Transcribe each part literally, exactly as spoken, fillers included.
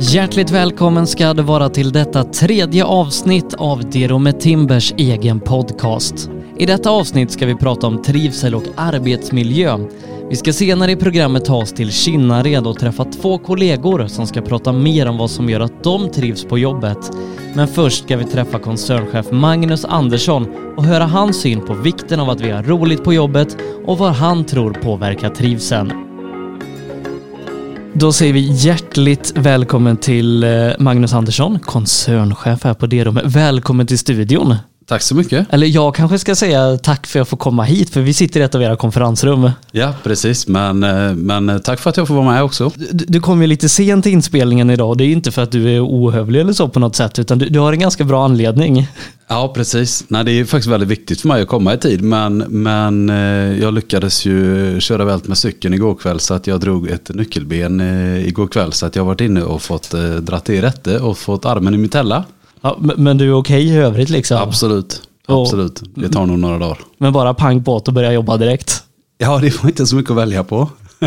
Hjärtligt välkommen ska du vara till detta tredje avsnitt av Derome Timbers egen podcast. I detta avsnitt ska vi prata om trivsel och arbetsmiljö. Vi ska senare i programmet ta oss till Kinnared och träffa två kollegor som ska prata mer om vad som gör att de trivs på jobbet. Men först ska vi träffa koncernchef Magnus Andersson och höra hans syn på vikten av att vi har roligt på jobbet och vad han tror påverkar trivseln. Då säger vi hjärtligt välkommen till Magnus Andersson, koncernchef här på Derome. Välkommen till studion. Tack så mycket. Eller jag kanske ska säga tack för att jag får komma hit, för vi sitter i ett av era konferensrum. Ja, precis. Men, men tack för att jag får vara med också. Du, du kom ju lite sent till inspelningen idag. Det är inte för att du är ohövlig eller så på något sätt, utan du, du har en ganska bra anledning. Ja, precis. Nej, det är faktiskt väldigt viktigt för mig att komma i tid. Men, men jag lyckades ju köra vält med cykeln igår kväll, så att jag drog ett nyckelben igår kväll. Så att jag har varit inne och fått dratt i rätte och fått armen i mitella. Ja, men du är okej i övrigt liksom? Absolut, absolut. Det tar nog några dagar. Men bara pang på och börja jobba direkt? Ja, det var inte så mycket att välja på.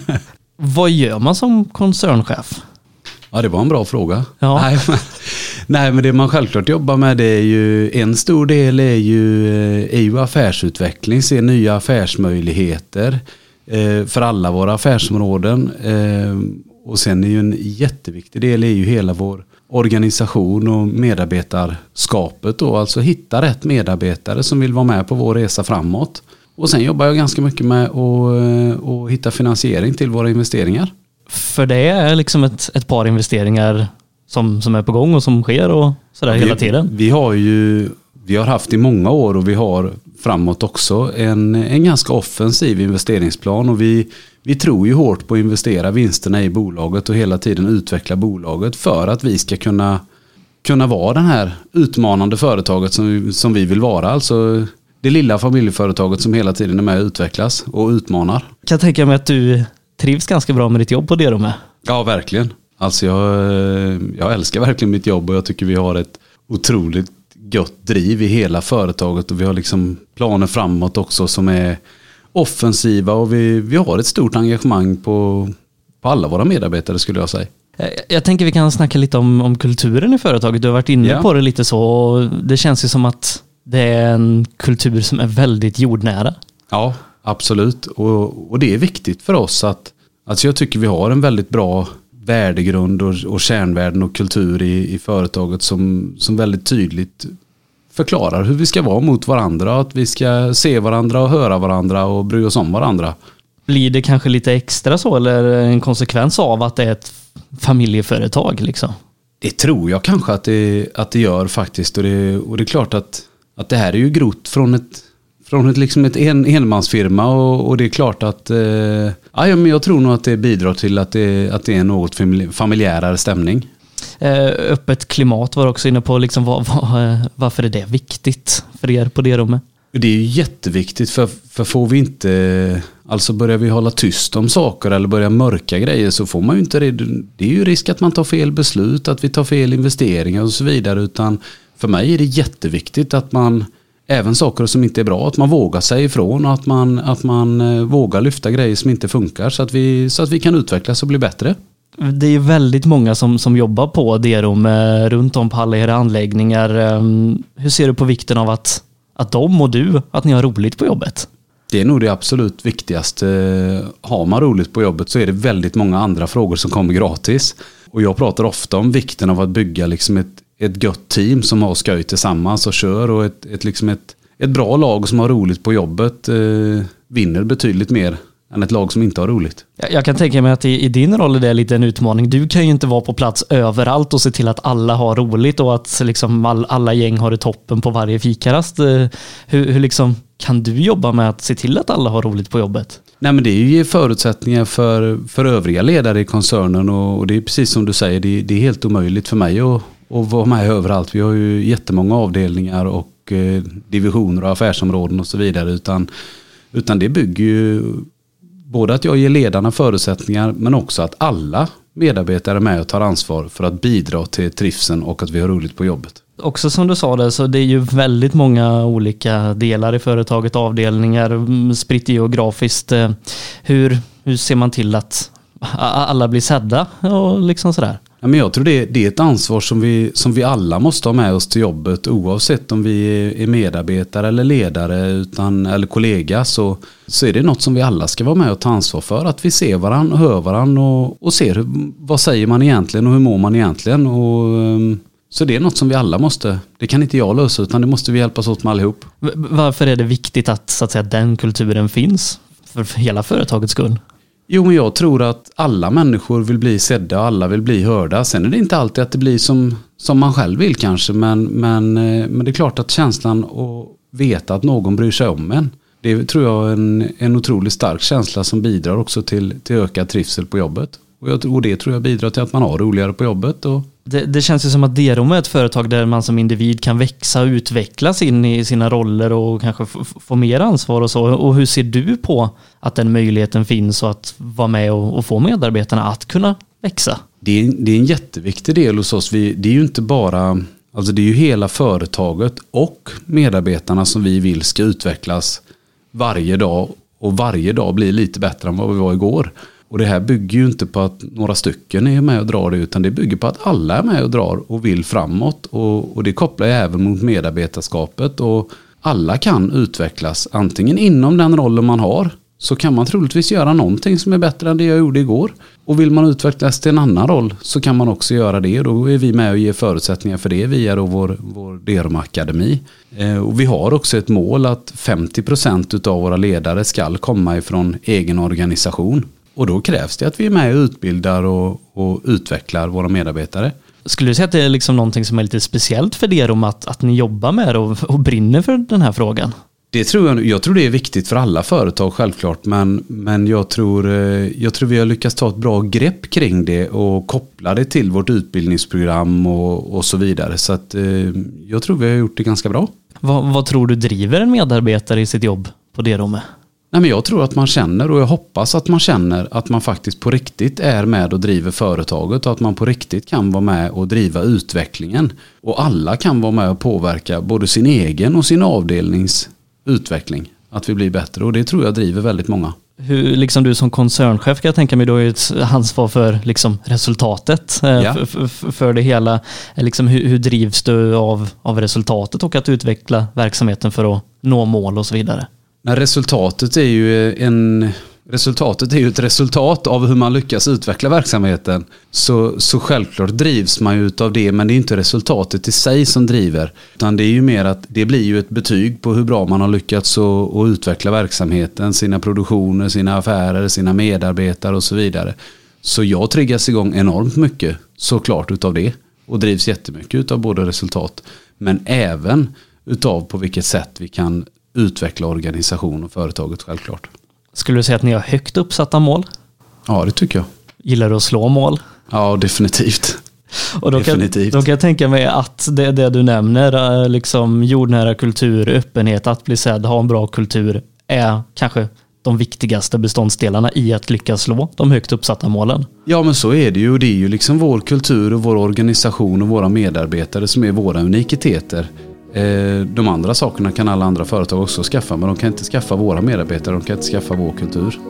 Vad gör man som koncernchef? Ja, det var en bra fråga. Ja. Nej, men, nej, men det man självklart jobbar med, det är ju en stor del är ju, är ju affärsutveckling, se nya affärsmöjligheter eh, för alla våra affärsområden. Eh, och sen är ju en jätteviktig del är ju hela vår organisation och medarbetarskapet då, alltså hitta rätt medarbetare som vill vara med på vår resa framåt. Och sen jobbar jag ganska mycket med att, att hitta finansiering till våra investeringar. För det är liksom ett, ett par investeringar som, som är på gång och som sker och sådär vi, hela tiden. Vi har ju vi har haft i många år och vi har framåt också en, en ganska offensiv investeringsplan, och vi, vi tror ju hårt på att investera vinsterna i bolaget och hela tiden utveckla bolaget för att vi ska kunna, kunna vara den här utmanande företaget som, som vi vill vara. Alltså det lilla familjeföretaget som hela tiden är med och utvecklas och utmanar. Kan jag tänka mig att du trivs ganska bra med ditt jobb på Derome? Ja, verkligen. Alltså jag, jag älskar verkligen mitt jobb och jag tycker vi har ett otroligt gött driv i hela företaget, och vi har liksom planer framåt också som är offensiva, och vi, vi har ett stort engagemang på, på alla våra medarbetare, skulle jag säga. Jag, jag tänker vi kan snacka lite om, om kulturen i företaget. Du har varit inne ja. på det lite så, och det känns ju som att det är en kultur som är väldigt jordnära. Ja, absolut. Och, och det är viktigt för oss att, alltså jag tycker vi har en väldigt bra värdegrund och, och kärnvärden och kultur i, i företaget som, som väldigt tydligt förklarar hur vi ska vara mot varandra, att vi ska se varandra och höra varandra och bry oss om varandra. Blir det kanske lite extra så, eller en konsekvens av att det är ett familjeföretag liksom? Det tror jag kanske att det, att det gör faktiskt, och det, och det är klart att, att det här är ju grott från ett Från ett, liksom ett en, enmansfirma, och, och det är klart att eh, ja, men jag tror nog att det bidrar till att det, att det är något familjärare stämning. Eh, öppet klimat var också inne på, liksom, var, var, varför är det viktigt för er på Derome? Det är ju jätteviktigt, för, för får vi inte, alltså börjar vi hålla tyst om saker eller börja mörka grejer, så får man ju inte det. Det är ju risk att man tar fel beslut, att vi tar fel investeringar och så vidare, utan för mig är det jätteviktigt att man även saker som inte är bra, att man vågar sig ifrån, och att man, att man vågar lyfta grejer som inte funkar, så att vi, så att vi kan utvecklas och bli bättre. Det är väldigt många som, som jobbar på Derome runt om på alla era anläggningar. Hur ser du på vikten av att, att de och du, att ni har roligt på jobbet? Det är nog det absolut viktigaste. Har man roligt på jobbet så är det väldigt många andra frågor som kommer gratis. Och jag pratar ofta om vikten av att bygga liksom ett ett gött team som har skoj tillsammans och kör, och ett, ett, liksom ett, ett bra lag som har roligt på jobbet eh, vinner betydligt mer än ett lag som inte har roligt. Jag kan tänka mig att i, i din roll är det lite en utmaning. Du kan ju inte vara på plats överallt och se till att alla har roligt och att liksom all, alla gäng har det toppen på varje fikarast. Hur, hur liksom kan du jobba med att se till att alla har roligt på jobbet? Nej, men det är ju förutsättningar för, för övriga ledare i koncernen, och, och det är precis som du säger, det, det är helt omöjligt för mig att och vara med överallt. Vi har ju jättemånga avdelningar och eh, divisioner och affärsområden och så vidare, utan, utan det bygger ju både att jag ger ledarna förutsättningar, men också att alla medarbetare är med och tar ansvar för att bidra till trivseln och att vi har roligt på jobbet. Också som du sa det, så det är ju väldigt många olika delar i företaget, avdelningar, spritt geografiskt. Hur, hur ser man till att alla blir sedda och liksom sådär? Ja, men jag tror det, det är ett ansvar som vi, som vi alla måste ha med oss till jobbet, oavsett om vi är medarbetare eller ledare utan, eller kollega, så, så är det något som vi alla ska vara med och ta ansvar för. Att vi ser varandra och hör varandra och, och ser hur, vad säger man egentligen och hur mår man egentligen. Och, så det är något som vi alla måste, det kan inte jag lösa utan det måste vi hjälpas åt med allihop. Varför är det viktigt att, så att säga, den kulturen finns för hela företagets skull? Jo, men jag tror att alla människor vill bli sedda och alla vill bli hörda. Sen är det inte alltid att det blir som, som man själv vill kanske. Men, men, men det är klart att känslan att veta att någon bryr sig om en. Det tror jag är en, en otroligt stark känsla som bidrar också till, till ökad trivsel på jobbet. Och, jag, och det tror jag bidrar till att man har roligare på jobbet. Och det, det känns ju som att Derome är ett företag där man som individ kan växa och utvecklas in i sina roller och kanske f- f- få mer ansvar och så. Och hur ser du på att den möjligheten finns och att vara med och, och få medarbetarna att kunna växa? Det är, det är en jätteviktig del hos oss. Vi, det är ju inte bara, alltså det är ju hela företaget och medarbetarna som vi vill ska utvecklas varje dag och varje dag blir lite bättre än vad vi var igår. Och det här bygger ju inte på att några stycken är med och drar det, utan det bygger på att alla är med och drar och vill framåt. Och, och det kopplar ju även mot medarbetarskapet. Och alla kan utvecklas antingen inom den rollen man har, så kan man troligtvis göra någonting som är bättre än det jag gjorde igår. Och vill man utvecklas till en annan roll så kan man också göra det. Och då är vi med och ger förutsättningar för det via då vår, vår Derome Akademi. Eh, och vi har också ett mål att femtio procent av våra ledare ska komma ifrån egen organisation. Och då krävs det att vi är med och utbildar och, och utvecklar våra medarbetare. Skulle du säga att det är liksom någonting som är lite speciellt för Derome att, att ni jobbar med och, och brinner för den här frågan? Det tror jag, jag tror det är viktigt för alla företag självklart, men, men jag, tror, jag tror vi har lyckats ta ett bra grepp kring det och koppla det till vårt utbildningsprogram och, och så vidare. Så att, jag tror vi har gjort det ganska bra. Vad, vad tror du driver en medarbetare i sitt jobb på Derome? Nej, men jag tror att man känner, och jag hoppas att man känner att man faktiskt på riktigt är med och driver företaget och att man på riktigt kan vara med och driva utvecklingen. Och alla kan vara med och påverka både sin egen och sin avdelnings utveckling. Att vi blir bättre, och det tror jag driver väldigt många. Hur, liksom du som koncernchef kan jag tänka mig då är ett ansvar för liksom resultatet Ja. för, för, för det hela. Liksom hur, hur drivs du av, av resultatet och att utveckla verksamheten för att nå mål och så vidare? Men resultatet är ju en resultatet är ju ett resultat av hur man lyckas utveckla verksamheten. Så, så självklart drivs man ju av det, men det är inte resultatet i sig som driver. Utan det är ju mer att det blir ju ett betyg på hur bra man har lyckats att, att utveckla verksamheten, sina produktioner, sina affärer, sina medarbetare och så vidare. Så jag triggas igång enormt mycket såklart utav det och drivs jättemycket utav både resultat, men även utav på vilket sätt vi kan utveckla organisation och företaget självklart. Skulle du säga att ni har högt uppsatta mål? Ja, det tycker jag. Gillar du att slå mål? Ja, definitivt. Och då, definitivt. Kan, då kan jag tänka mig att det, det du nämner, liksom jordnära kultur, öppenhet, att bli sedd, ha en bra kultur, är kanske de viktigaste beståndsdelarna i att lyckas slå de högt uppsatta målen. Ja, men så är det ju. Det är ju liksom vår kultur och vår organisation och våra medarbetare som är våra unikiteter. De andra sakerna kan alla andra företag också skaffa, men de kan inte skaffa våra medarbetare, de kan inte skaffa vår kultur.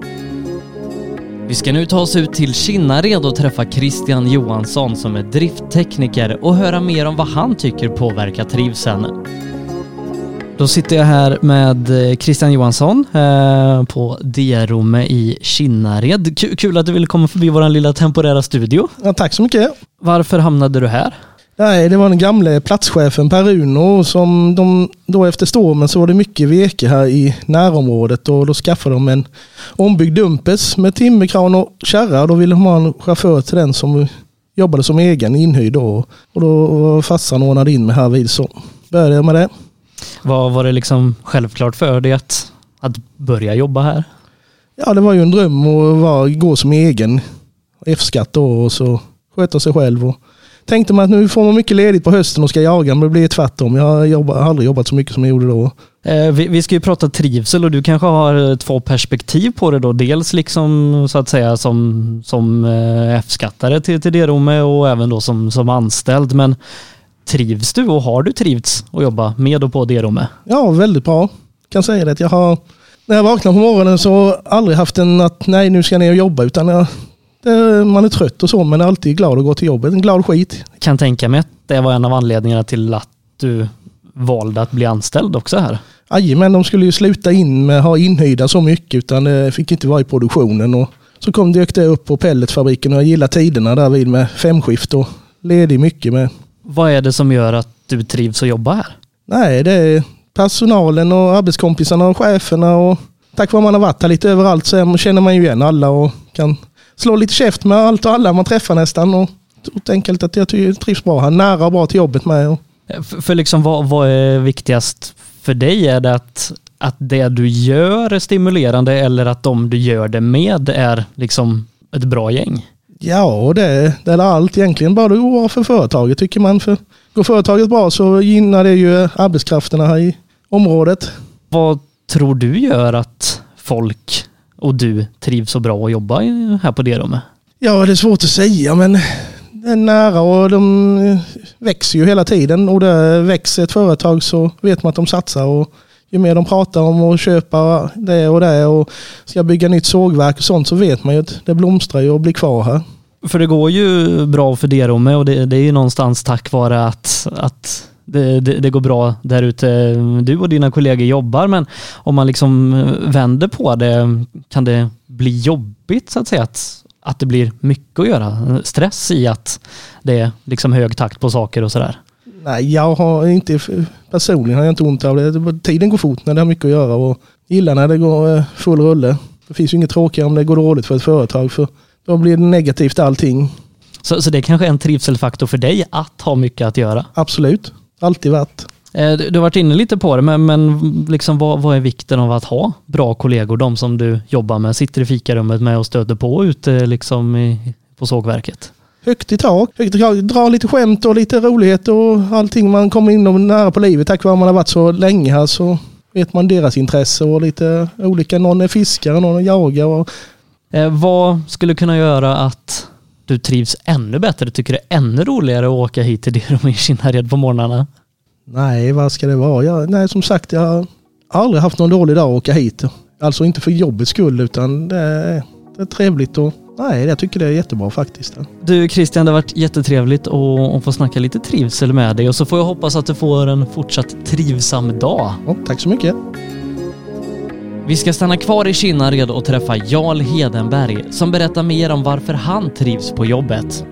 Vi ska nu ta oss ut till Kinnared och träffa Christian Johansson som är drifttekniker och höra mer om vad han tycker påverkar trivseln. Då sitter jag här med Christian Johansson eh, på Derome i Kinnared. K- kul att du ville komma förbi vår lilla temporära studio. Ja, tack så mycket. Varför hamnade du här? Nej, det var den gamla platschefen Per Uno som de, då efter stormen så var det mycket veke här i närområdet och då skaffade de en ombyggd dumpes med timmerkran och kärra och då ville de ha en chaufför till den som jobbade som egen inhyrd då. Och då var farsan ordnade in med här vid så började jag med det. Vad var det liksom självklart för dig att, att börja jobba här? Ja, det var ju en dröm att vara, gå som egen F-skatt då och så sköta sig själv och tänkte man att nu får man mycket ledigt på hösten och ska jaga, men det blir tvärtom. Jag har jobbat, aldrig jobbat så mycket som jag gjorde då. Eh, vi, vi ska ju prata trivsel och du kanske har två perspektiv på det då. Dels liksom så att säga som, som eh, F-skattare till, till Derome och även då som, som anställd. Men trivs du och har du trivts att jobba med och på Derome? Ja, väldigt bra. Kan säga det. Jag har, när jag vaknar på morgonen så har jag aldrig haft en att nej nu ska jag ner och jobba, utan jag Det, man är trött och så, men är alltid glad att gå till jobbet. En glad skit. Kan tänka mig att det var en av anledningarna till att du valde att bli anställd också här. Aj, men de skulle ju sluta in med att ha inhyrda så mycket, utan det fick inte vara i produktionen. Och så kom dök det upp på pelletfabriken och jag gillar tiderna där vid med femskift och ledig mycket med. Vad är det som gör att du trivs att jobba här? Nej, det är personalen och arbetskompisarna och cheferna, och tack vare man har varit här lite överallt så känner man ju igen alla och kan slå lite käft med allt och alla man träffar nästan, och enkelt att jag trivs bra här, nära och bra till jobbet med. Och För, för liksom vad, vad är viktigast för dig? Är det att, att det du gör är stimulerande, eller att de du gör det med är liksom ett bra gäng? Ja, det, det är allt egentligen. Bara det går bra för företaget tycker man. För går företaget bra så gynnar det ju arbetskrafterna här i området. Vad tror du gör att folk och du trivs så bra att jobba här på Derome? Ja, det är svårt att säga, men det är nära och de växer ju hela tiden. Och det växer ett företag så vet man att de satsar, och ju mer de pratar om att köpa det och det och ska bygga nytt sågverk och sånt, så vet man ju att det blomstrar ju och blir kvar här. För det går ju bra för Derome, och det, det är ju någonstans tack vare att, att det, det, det går bra där ute. Du och dina kollegor jobbar, men om man liksom vänder på det, kan det bli jobbigt så att säga, att, att det blir mycket att göra? Stress i att det är liksom hög takt på saker och sådär? Nej, jag har inte, personligen har jag inte ont av det. Tiden går fort när det har mycket att göra, och gillar när det går full rulle. Det finns ju inget tråkigare om det går dåligt för ett företag, för då blir det negativt allting. Så, så det är kanske är en trivselfaktor för dig att ha mycket att göra? Absolut, alltid varit. Du, du har varit inne lite på det, men, men liksom vad, vad är vikten av att ha bra kollegor? De som du jobbar med, sitter i fikarummet med och stöter på ute liksom i, på sågverket? Högt i tak, högt i tak, dra lite skämt och lite rolighet och allting. Man kommer in och nära på livet tack vare att man har varit så länge här, så vet man deras intresse och lite olika. Någon är fiskare, någon är jagare. Och Eh, vad skulle kunna göra att du trivs ännu bättre? Du tycker det är ännu roligare att åka hit till Derome i Kinnared på morgnarna? Nej, vad ska det vara? Jag, nej, som sagt, jag har aldrig haft någon dålig dag att åka hit. Alltså inte för jobbets skull, utan det är, det är trevligt. Och nej, jag tycker det är jättebra faktiskt. Du Christian, det har varit jättetrevligt att, att få snacka lite trivsel med dig. Och så får jag hoppas att du får en fortsatt trivsam dag. Ja, tack så mycket. Vi ska stanna kvar i Kinnared och träffa Jarl Hedenberg som berättar mer om varför han trivs på jobbet.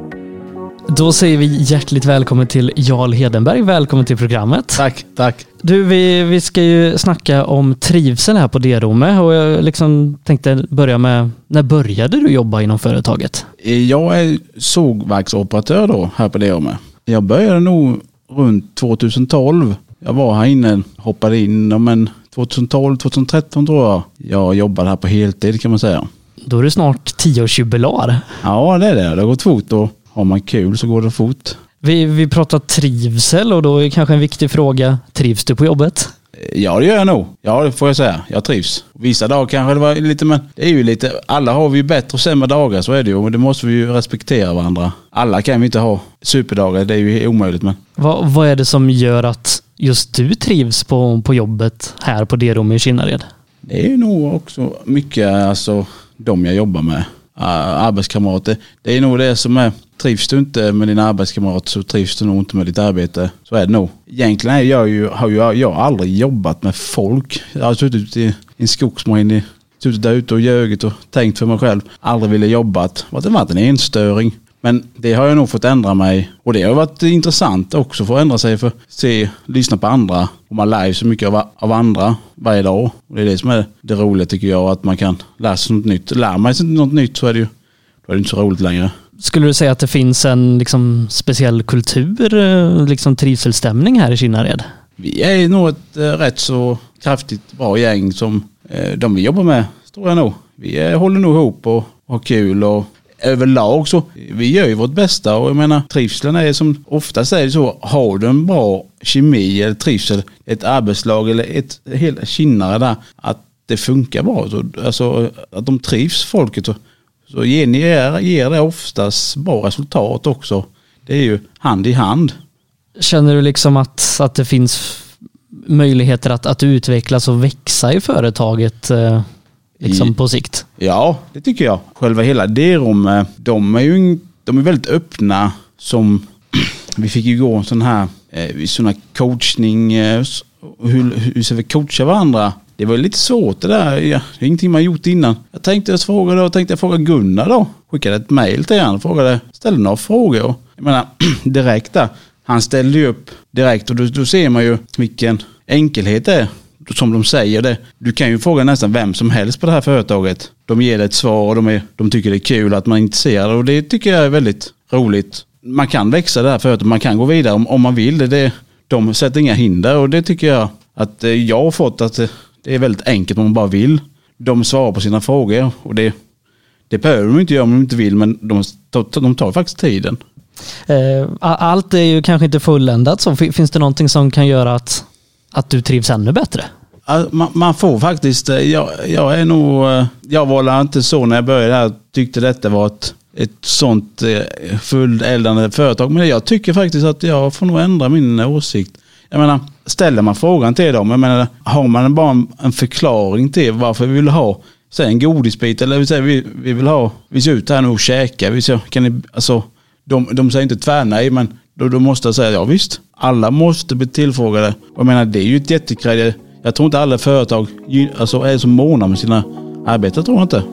Då säger vi hjärtligt välkommen till Jarl Hedenberg. Välkommen till programmet. Tack, tack. Du, vi, vi ska ju snacka om trivseln här på Derome, och jag liksom tänkte börja med, när började du jobba inom företaget? Jag är sågverksoperatör då här på Derome. Jag började nog runt tjugohundratolv. Jag var här inne, hoppade in om en tjugotolv tjugotretton tror jag. Jag jobbade här på heltid kan man säga. Då är det snart tioårsjubilar. Ja, det är det. Det har gått fort, och har man kul så går det fort. Vi, vi pratar trivsel, och då är kanske en viktig fråga. Trivs du på jobbet? Ja, det gör jag nog. Ja, det får jag säga. Jag trivs. Vissa dagar kanske det var lite, men det är ju lite, alla har vi ju bättre och sämre dagar, så är det ju. Men det måste vi ju respektera varandra. Alla kan vi inte ha superdagar, det är ju omöjligt. Men Va, vad är det som gör att just du trivs på, på jobbet här på Derome i Kinnared? det är ju nog också mycket, alltså de jag jobbar med. Arbetskamrater. Det är nog det som är, trivs du inte med dina arbetskamrater så trivs du nog inte med ditt arbete. Så är det nog. Egentligen är jag ju, har jag, jag har aldrig jobbat med folk. Jag har suttit i en skogsmaskin, suttit där ute och ljögit och tänkt för mig själv. Aldrig ville jobbat. Det har varit en enstöring. Men det har jag nog fått ändra mig. Och det har varit intressant också för att ändra sig. För att se, lyssna på andra. Och man lär ju så mycket av, av andra varje dag. Och det är det som är det roliga tycker jag. Att man kan lära sig något nytt. Lär man sig något nytt så är det ju då är det inte så roligt längre. Skulle du säga att det finns en liksom, speciell kultur, liksom trivselstämning här i Kinnared? Vi är nog ett eh, rätt så kraftigt bra gäng som eh, de vi jobbar med, tror jag nog. Vi eh, håller nog ihop och har kul och överlag så, vi gör ju vårt bästa och jag menar, trivseln är som oftast är det så, har du en bra kemi eller trivsel, ett arbetslag eller ett hela Kinnare där, att det funkar bra, så, alltså att de trivs folket så, så ger, ni, ger det oftast bra resultat också. Det är ju hand i hand. Känner du liksom att, att det finns möjligheter att, att utvecklas och växa i företaget? liksom I, på sikt. Ja, det tycker jag. Själva hela D-rum, de är ju de är väldigt öppna. Som vi fick ju gå en sån här eh, sån här coachning, eh, hur, hur ska vi coacha varandra? Det var lite svårt det där. Ja, det är ingenting man gjort innan. Jag tänkte jag fråga då, tänkte jag fråga Gunnar då. Skickade ett mejl till han och frågade, ställde några frågor. Jag menar, direkt där. Han ställde ju upp direkt och då, då ser man ju vilken enkelhet det är. Som de säger det. Du kan ju fråga nästan vem som helst på det här företaget. De ger dig ett svar och de, är, de tycker det är kul att man är intresserad. Och det tycker jag är väldigt roligt. Man kan växa det här företaget. Man kan gå vidare om, om man vill. Det, det, de sätter inga hinder och det tycker jag att jag har fått att det är väldigt enkelt om man bara vill. De svarar på sina frågor och det, det behöver de inte göra om de inte vill, men de, de tar faktiskt tiden. Allt är ju kanske inte fulländat, så finns det någonting som kan göra att, att du trivs ännu bättre? Man, man får faktiskt, jag, jag är nog, jag var inte så när jag började här, tyckte detta var ett, ett sånt fulleldande företag, men jag tycker faktiskt att jag får nog ändra min åsikt. Jag menar, ställer man frågan till dem, jag menar, har man bara en, en förklaring till varför vi vill ha, säg en godisbit, eller vi säger vi, vi vill ha, vi ser ut här nu och käka, vi ser, kan ni, alltså, de, de säger inte tvärnej, men då, då måste jag säga, ja visst, alla måste bli tillfrågade. Och jag menar, det är ju ett jättekredit. Jag tror inte alla företag alltså, är så måna med sina arbetare, tror jag inte.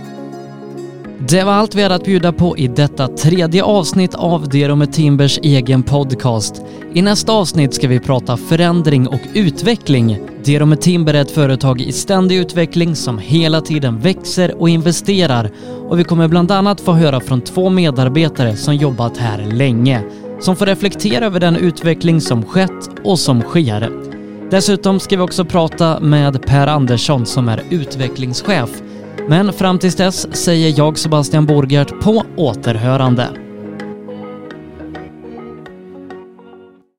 Det var allt vi hade att bjuda på i detta tredje avsnitt av D-rum med Timbers egen podcast. I nästa avsnitt ska vi prata förändring och utveckling. D-rum med Timber är ett företag i ständig utveckling som hela tiden växer och investerar. Och vi kommer bland annat få höra från två medarbetare som jobbat här länge, som får reflektera över den utveckling som skett och som sker. Dessutom ska vi också prata med Per Andersson som är utvecklingschef. Men fram tills dess säger jag Sebastian Borgert på återhörande.